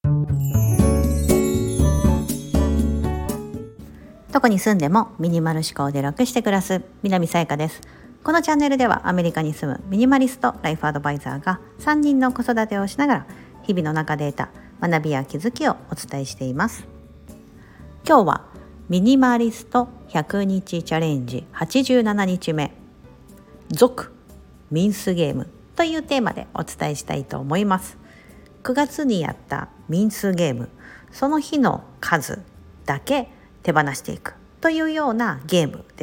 どこに住んでもミニマル思考で楽して暮らす南さやかです。このチャンネルではアメリカに住むミニマリストライフアドバイザーが3人の子育てをしながら日々の中で得た学びや気づきをお伝えしています。今日はミニマリスト100日チャレンジ87日目、続ミンスゲームというテーマでお伝えしたいと思います。9月にやったミンスゲーム、その日の数だけ手放していくというようなゲームです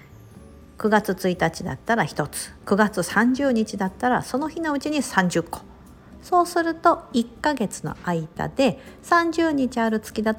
。9月1日だったら1つ、9月30日だったらその日のうちに30個。そうすると1ヶ月の間で30日ある月だと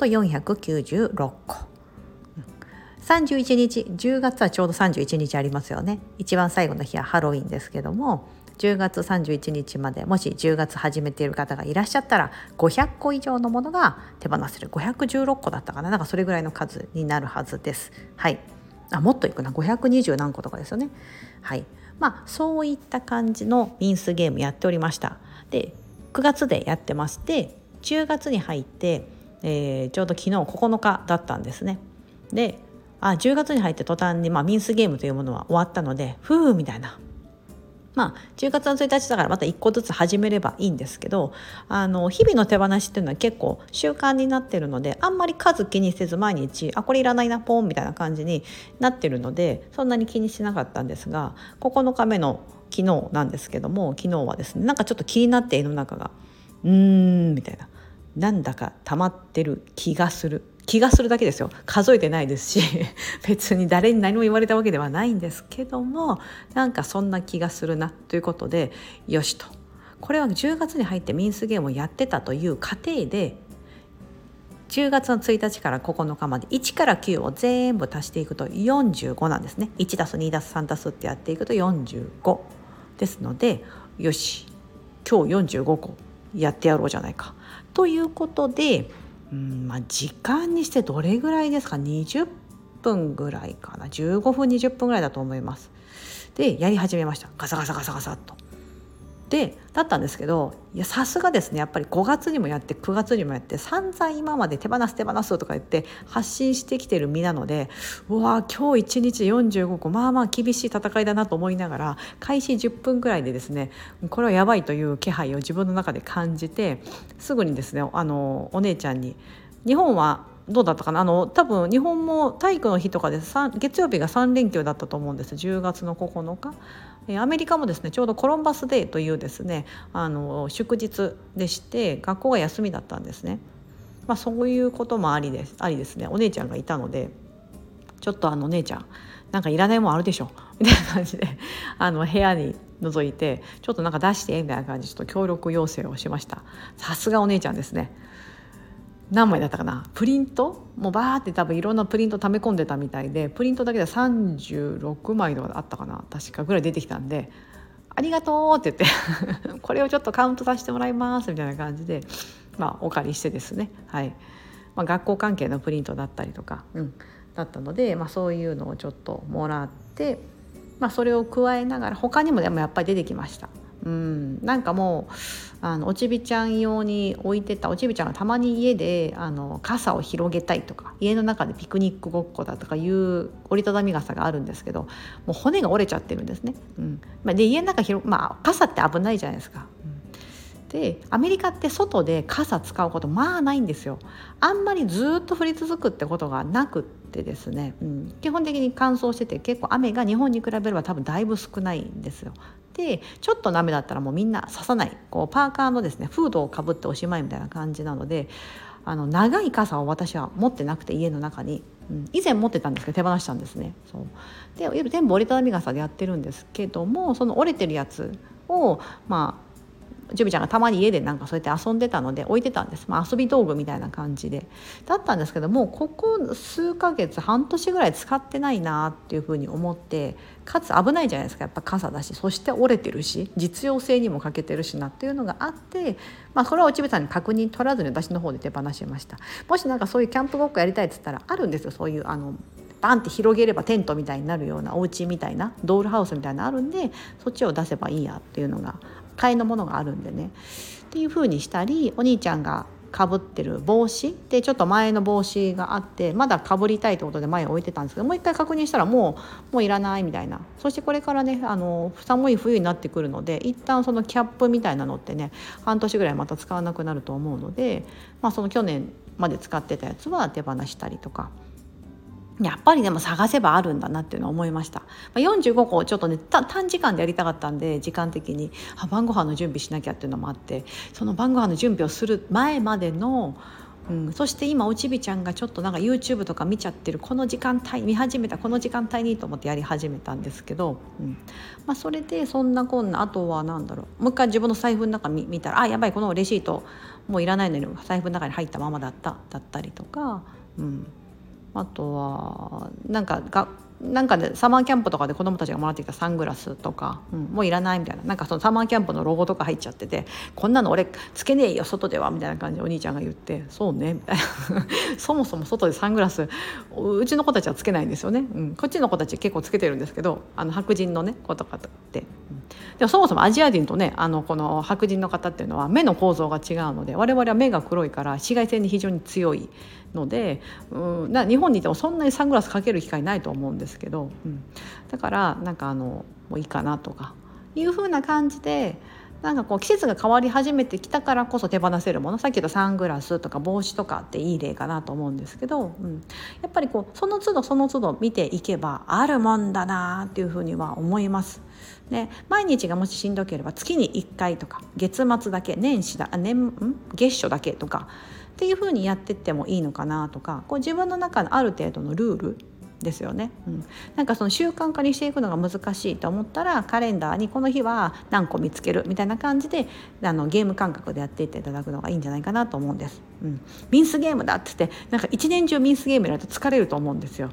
496個。31日、10月はちょうど31日ありますよね。一番最後の日はハロウィンですけども、10月31日までもし10月始めている方がいらっしゃったら500個以上のものが手放せる。516個だったかな、なんかそれぐらいの数になるはずです。はい。もっといくな、520何個とかですよね。はい。そういった感じのミンスゲームやっておりました。で、9月でやってまして、10月に入って、ちょうど昨日9日だったんですね。で、10月に入って途端に、ミンスゲームというものは終わったので、ふーみたいな。10月の1日だからまた1個ずつ始めればいいんですけど、日々の手放しっていうのは結構習慣になってるので、あんまり数気にせず毎日これいらないなポンみたいな感じになってるので、そんなに気にしなかったんですが、9日目の昨日なんですけども、昨日はですね、なんかちょっと気になって胃の中がみたいな、なんだか溜まってる気がするだけですよ。数えてないですし別に誰に何も言われたわけではないんですけども、なんかそんな気がするなということで、よしと、これは10月に入ってミンスゲームをやってたという過程で、10月の1日から9日まで1から9を全部足していくと45なんですね。1足す2足す3足すってやっていくと45ですので、よし今日45個やってやろうじゃないかということで、時間にしてどれぐらいですか、20分ぐらいかな、15分20分ぐらいだと思います。でやり始めました。ガサガサガサガサっと。でだったんですけど、さすがですね、やっぱり5月にもやって9月にもやって散々今まで手放すとか言って発信してきてる身なので、今日1日45個、厳しい戦いだなと思いながら、開始10分ぐらいでですね、これはやばいという気配を自分の中で感じて、すぐにですね、お姉ちゃんに、日本はどうだったかな、多分日本も体育の日とかで月曜日が3連休だったと思うんです。10月の9日、アメリカもですね、ちょうどコロンバスデーというですね、祝日でして学校が休みだったんですね。そういうこともありですね、お姉ちゃんがいたので、ちょっと姉ちゃんなんかいらないもんあるでしょみたいな感じで部屋に覗いて、ちょっとなんか出してみたいな感じでちょっと協力要請をしました。さすがお姉ちゃんですね。何枚だったかな、プリントもうバーって多分いろんなプリント溜め込んでたみたいで、プリントだけで36枚とかあったかな、確かぐらい出てきたんで、ありがとうって言ってこれをちょっとカウントさせてもらいますみたいな感じで、お借りしてですね、はい、学校関係のプリントだったりとか、だったので、そういうのをちょっともらって、それを加えながら他にもでもやっぱり出てきました。なんかもうおちびちゃん用に置いてた、おちびちゃんがたまに家で傘を広げたいとか、家の中でピクニックごっこだとかいう折りたたみ傘があるんですけど、もう骨が折れちゃってるんですね。で家の中傘って危ないじゃないですか。でアメリカって外で傘使うことないんですよ。あんまりずっと降り続くってことがなくってですね、基本的に乾燥してて、結構雨が日本に比べれば多分だいぶ少ないんですよ。でちょっとの雨だったらもうみんなささない、パーカーのですねフードをかぶっておしまいみたいな感じなので、長い傘を私は持ってなくて、家の中に、以前持ってたんですけど手放したんですね。そうで全部折りたたみ傘でやってるんですけども、その折れてるやつをジュビちゃんがたまに家でなんかそうやって遊んでたので置いてたんです。遊び道具みたいな感じでだったんですけども、ここ数ヶ月半年ぐらい使ってないなっていうふうに思って、かつ危ないじゃないですか、やっぱ傘だし、そして折れてるし実用性にも欠けてるしなっていうのがあって、それはおちびさんに確認取らずに私の方で手放しました。もしなんかそういうキャンプごっこやりたいって言ったらあるんですよ。そういうバンって広げればテントみたいになるようなお家みたいなドールハウスみたいなのあるんで、そっちを出せばいいやっていうのが買いのものがあるんでねっていう風にしたり、お兄ちゃんがかぶってる帽子でちょっと前の帽子があって、まだかぶりたいってことで前に置いてたんですけど、もう一回確認したらもういらないみたいな。そしてこれからね寒い冬になってくるので、一旦そのキャップみたいなのってね半年ぐらいまた使わなくなると思うので、その去年まで使ってたやつは手放したりとか、やっぱりでも探せばあるんだなっていうのは思いました。45個ちょっとね短時間でやりたかったんで、時間的に晩ご飯の準備しなきゃっていうのもあって、その晩ご飯の準備をする前までの、そして今おちびちゃんがちょっとなんか YouTube とか見ちゃってるこの時間帯、見始めたこの時間帯にと思ってやり始めたんですけど、それでそんなこんな、あとはもう一回自分の財布の中見たら、やばいこのレシートもういらないのに財布の中に入ったままだったりとか、あとはなんかでサマーキャンプとかで子供たちがもらってきたサングラスとか、もういらないみたいな、そのサマーキャンプのロゴとか入っちゃってて、こんなの俺つけねえよ外ではみたいな感じでお兄ちゃんが言って、そうねみたいなそもそも外でサングラスうちの子たちはつけないんですよね、こっちの子たち結構つけてるんですけど、白人のね子とかって、でもそもそもアジア人とねこの白人の方っていうのは目の構造が違うので、我々は目が黒いから紫外線に非常に強いので、日本にいてもそんなにサングラスかける機会ないと思うんですけど、だからもういいかなとかいう風な感じで、季節が変わり始めてきたからこそ手放せるもの、さっき言ったサングラスとか帽子とかっていい例かなと思うんですけど、やっぱりその都度その都度見ていけばあるもんだなっていう風には思います。で毎日がもししんどければ月に1回とか月末だけ月初だけとかっていう風にやってってもいいのかなとか、自分の中のある程度のルールですよね、その習慣化にしていくのが難しいと思ったら、カレンダーにこの日は何個見つけるみたいな感じでゲーム感覚でやっていっていただくのがいいんじゃないかなと思うんです。ミンスゲームだって言って一年中ミンスゲームやると疲れると思うんですよ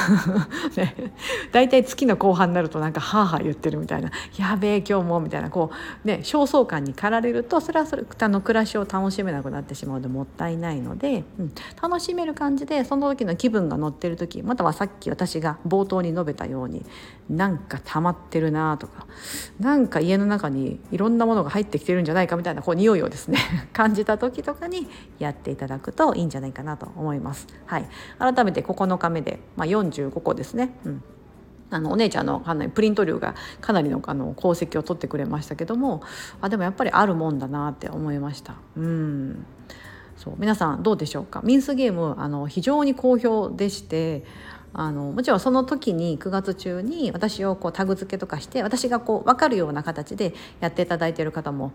だいたい月の後半になるとはあはあ言ってるみたいな、やべえ今日もみたいな焦燥感に駆られると、それは暮らしを楽しめなくなってしまうのでもったいないので、楽しめる感じでその時の気分が乗ってる時、またはさっき私が冒頭に述べたように溜まってるなとか、家の中にいろんなものが入ってきてるんじゃないかみたいな匂いをですね感じた時とかにやっていただくといいんじゃないかなと思います。改めて9日目で、45個ですね、お姉ちゃんのプリント量がかなりの功績を取ってくれましたけども、でもやっぱりあるもんだなって思いました。そう皆さんどうでしょうか。ミンスゲーム非常に好評でして、もちろんその時に9月中に私をタグ付けとかして、私が分かるような形でやっていただいている方も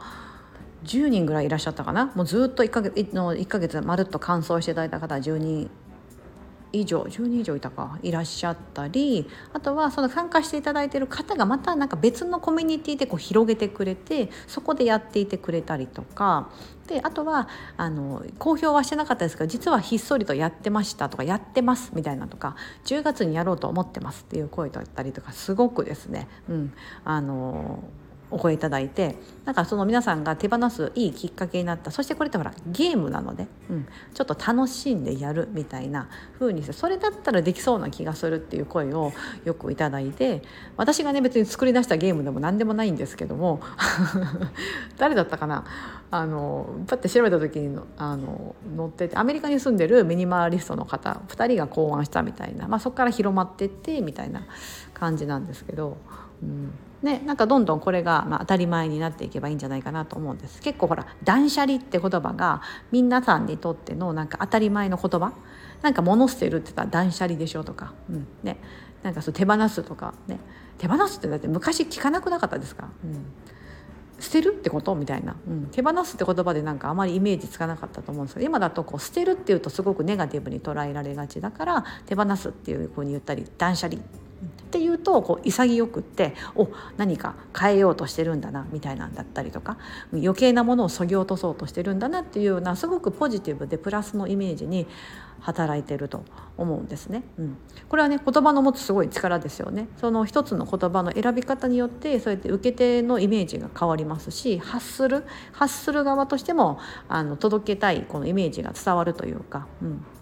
10人ぐらいいらっしゃったかな。もうずっと1ヶ月まるっと完走していただいた方は10人以上いらっしゃったり、あとはその参加していただいている方がまた別のコミュニティで広げてくれて、そこでやっていてくれたりとかで、あとは公表はしてなかったですけど、実はひっそりとやってましたとかやってますみたいなとか、10月にやろうと思ってますっていう声だったりとか、すごくですね、お声いただいて、その皆さんが手放すいいきっかけになった。そしてこれってゲームなので、ちょっと楽しんでやるみたいな風にして、それだったらできそうな気がするっていう声をよくいただいて、私がね別に作り出したゲームでも何でもないんですけども誰だったかな、パッて調べた時に載ってて、アメリカに住んでるミニマリストの方2人が考案したみたいな、そこから広まってってみたいな感じなんですけど、どんどんこれが当たり前になっていけばいいんじゃないかなと思うんです。結構断捨離って言葉が皆さんにとっての当たり前の言葉、物捨てるって言ったら断捨離でしょとか、そう手放すとかね、手放すってだって昔聞かなくなかったですか。捨てるってことみたいな、手放すって言葉であまりイメージつかなかったと思うんですけど、今だと捨てるっていうとすごくネガティブに捉えられがちだから、手放すっていう風に言ったり、断捨離っていうと潔くって、何か変えようとしてるんだなみたいなんだったりとか、余計なものを削ぎ落とそうとしてるんだなっていうような、すごくポジティブでプラスのイメージに働いてると思うんですね。これはね言葉の持つすごい力ですよね。その一つの言葉の選び方によってそうやって受け手のイメージが変わりますし、発する側としても届けたいこのイメージが伝わるというか、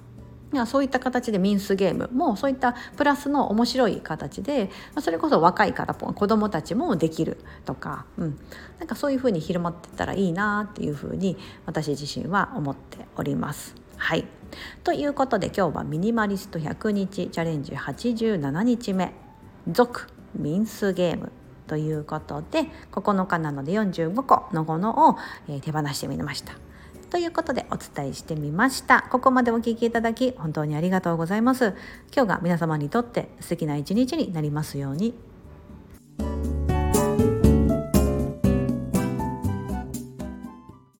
そういった形でミンスゲームもそういったプラスの面白い形で、それこそ若い方子どもたちもできるとか、なんかそういう風に広まってったらいいなっていう風に私自身は思っております。はい、ということで今日はミニマリスト100日チャレンジ87日目続ミンスゲームということで、9日なので45個のものを手放してみましたということでお伝えしてみました。ここまでお聞きいただき本当にありがとうございます。今日が皆様にとって素敵な一日になりますように。